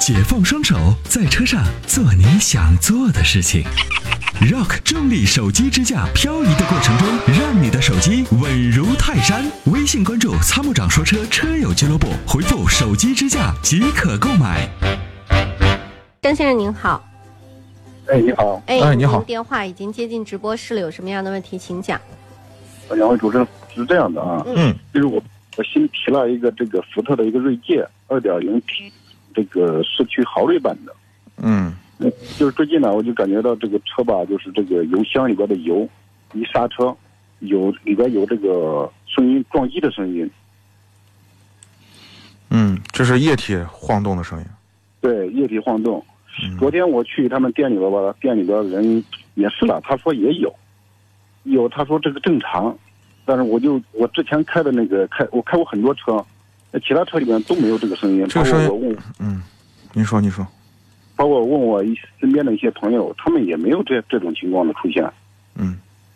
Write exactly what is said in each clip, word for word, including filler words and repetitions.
解放双手，在车上做你想做的事情。Rock 重力手机支架，漂移的过程中，让你的手机稳如泰山。微信关注参谋长说车车友俱乐部，回复手机支架即可购买。 张先生您好。 哎，你好。 哎， 哎你好。 电话已经接进直播室了，有什么样的问题请讲。 两位主持人是这样的啊， 嗯， 就是我我新提了一个这个福特的一个锐界 二点零 T 这个市区豪锐版的， 嗯， 就是最近呢，我就感觉到这个车吧，就是这个油箱里边的油一刹车，有里边有这个声音撞击的声音。 嗯，这是液体晃动的声音。 对，液体晃动。 嗯、 昨天我去他们店里边吧，店里边人也是了，他说也有，有他说这个正常，但是我就我之前开的那个开我开过很多车，其他车里面都没有这个声音。 这个声音， 我问， 嗯，您说，您说。 包括问我一身边的一些朋友，他们也没有这这种情况的出现。 嗯，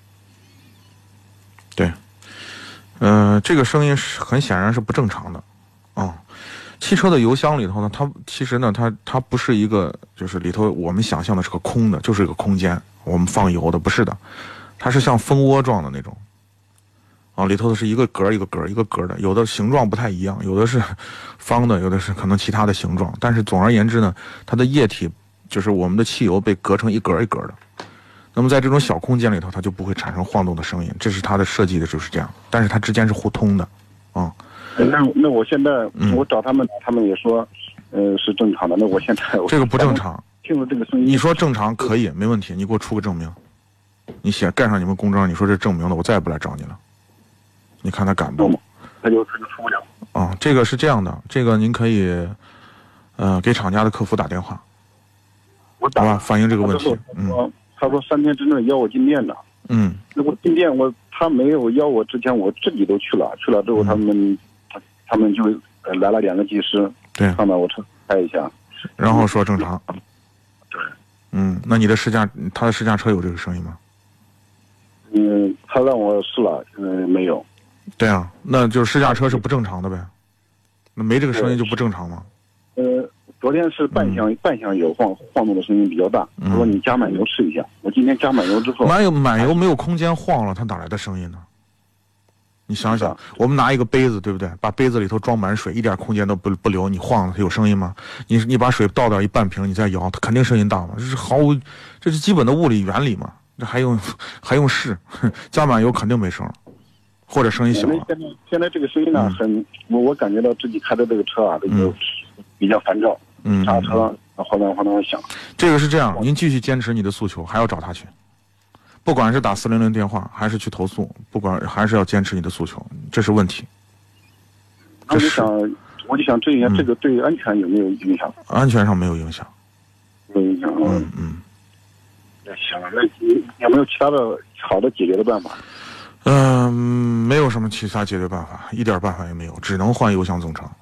对，呃，这个声音是很显然是不正常的，啊、嗯，汽车的油箱里头呢，它其实呢，它它不是一个就是里头我们想象的是个空的，就是一个空间，我们放油的，不是的，它是像蜂窝状的那种。啊，里头的是一个格一个格一个格的，有的形状不太一样，有的是方的，有的是可能其他的形状。但是总而言之呢，它的液体就是我们的汽油被隔成一格一格的。那么在这种小空间里头，它就不会产生晃动的声音，这是它的设计的就是这样。但是它之间是互通的，啊、 嗯。那那我现在我找他们，他们也说，呃，是正常的。那我现在这个不正常。 听了这个声音， 你说正常可以没问题，你给我出个证明，你写盖上你们公章，你说这证明的，我再也不来找你了。你看他敢不？ 他就他就出不了。 啊，这个是这样的，这个您可以，呃，给厂家的客服打电话， 我打好吧，反映这个问题。 嗯，他说三天之内邀我进店的。 嗯， 那我进店，我他没有邀我之前，我自己都去了，去了之后他们、嗯、他们就来了两个技师， 对， 看到我车开一下， 然后说正常。 对。 嗯，那你的试驾，他的试驾车有这个声音吗？ 嗯，他让我试了，嗯，没有。 对啊，那就是试驾车是不正常的呗，那没这个声音就不正常吗？ 呃，昨天是半箱、嗯、半箱油晃晃动的声音比较大，他说你加满油试一下。我今天加满油之后， 满油满油没有空间晃了，它哪来的声音呢？你想想，我们拿一个杯子，对不对？把杯子里头装满水，一点空间都不不留，你晃了它有声音吗？你你把水倒到一半瓶，你再摇，它肯定声音大嘛，这是毫无，这是基本的物理原理嘛，这还用还用试？加满油肯定没声了。或者声音小、啊。 现在现在这个声音呢，很、嗯、我我感觉到自己开的这个车啊，这个比较烦躁， 嗯， 刹车晃荡晃荡响。 这个是这样，您继续坚持你的诉求，还要找他去，不管是打四零零电话，还是去投诉，不管还是要坚持你的诉求，这是问题。 我就想，我就想这一下，这个对安全有没有影响？ 安全上没有影响， 没有影响。 嗯嗯。 那行，那有没有其他的好的解决的办法？ 嗯、呃，没有什么其他解决办法，一点办法也没有，只能换油箱总成。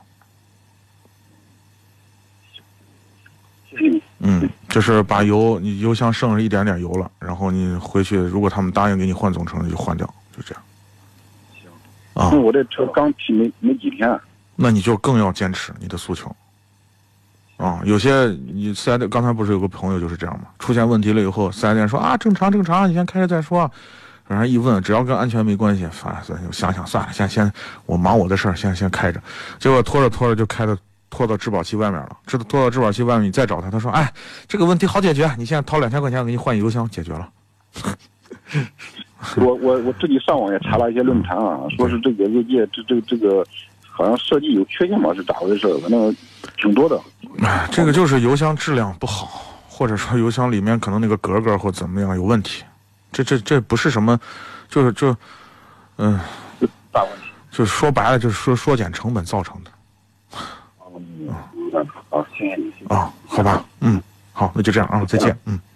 嗯，就是把油，你油箱剩下一点点油了，然后你回去，如果他们答应给你换总成，就换掉，就这样。 行。 啊， 那我这车刚提没没几天。 那你就更要坚持你的诉求。啊，有些你四 S 店刚才不是有个朋友就是这样吗？出现问题了以后，四 S 店说啊正常正常，你先开着再说。然后一问，只要跟安全没关系，算了算了，想想算了，先先我忙我的事儿，先先开着。结果拖着拖着就开到拖到质保期外面了，这拖到质保期外面，你再找他，他说哎这个问题好解决，你现在掏两千块钱我给你换油箱，解决了。 我我我自己上网也查了一些论坛啊，说是这个锐界这这这个好像设计有缺陷嘛，是咋回事？反正挺多的。 哎，这个就是油箱质量不好，或者说油箱里面可能那个格格或怎么样有问题。这这这不是什么，就是就，嗯、 呃，大问题。 就是说白了，就是说缩减成本造成的。 嗯，好，谢谢你。 啊，好吧，嗯，好，那就这样啊，再见，嗯。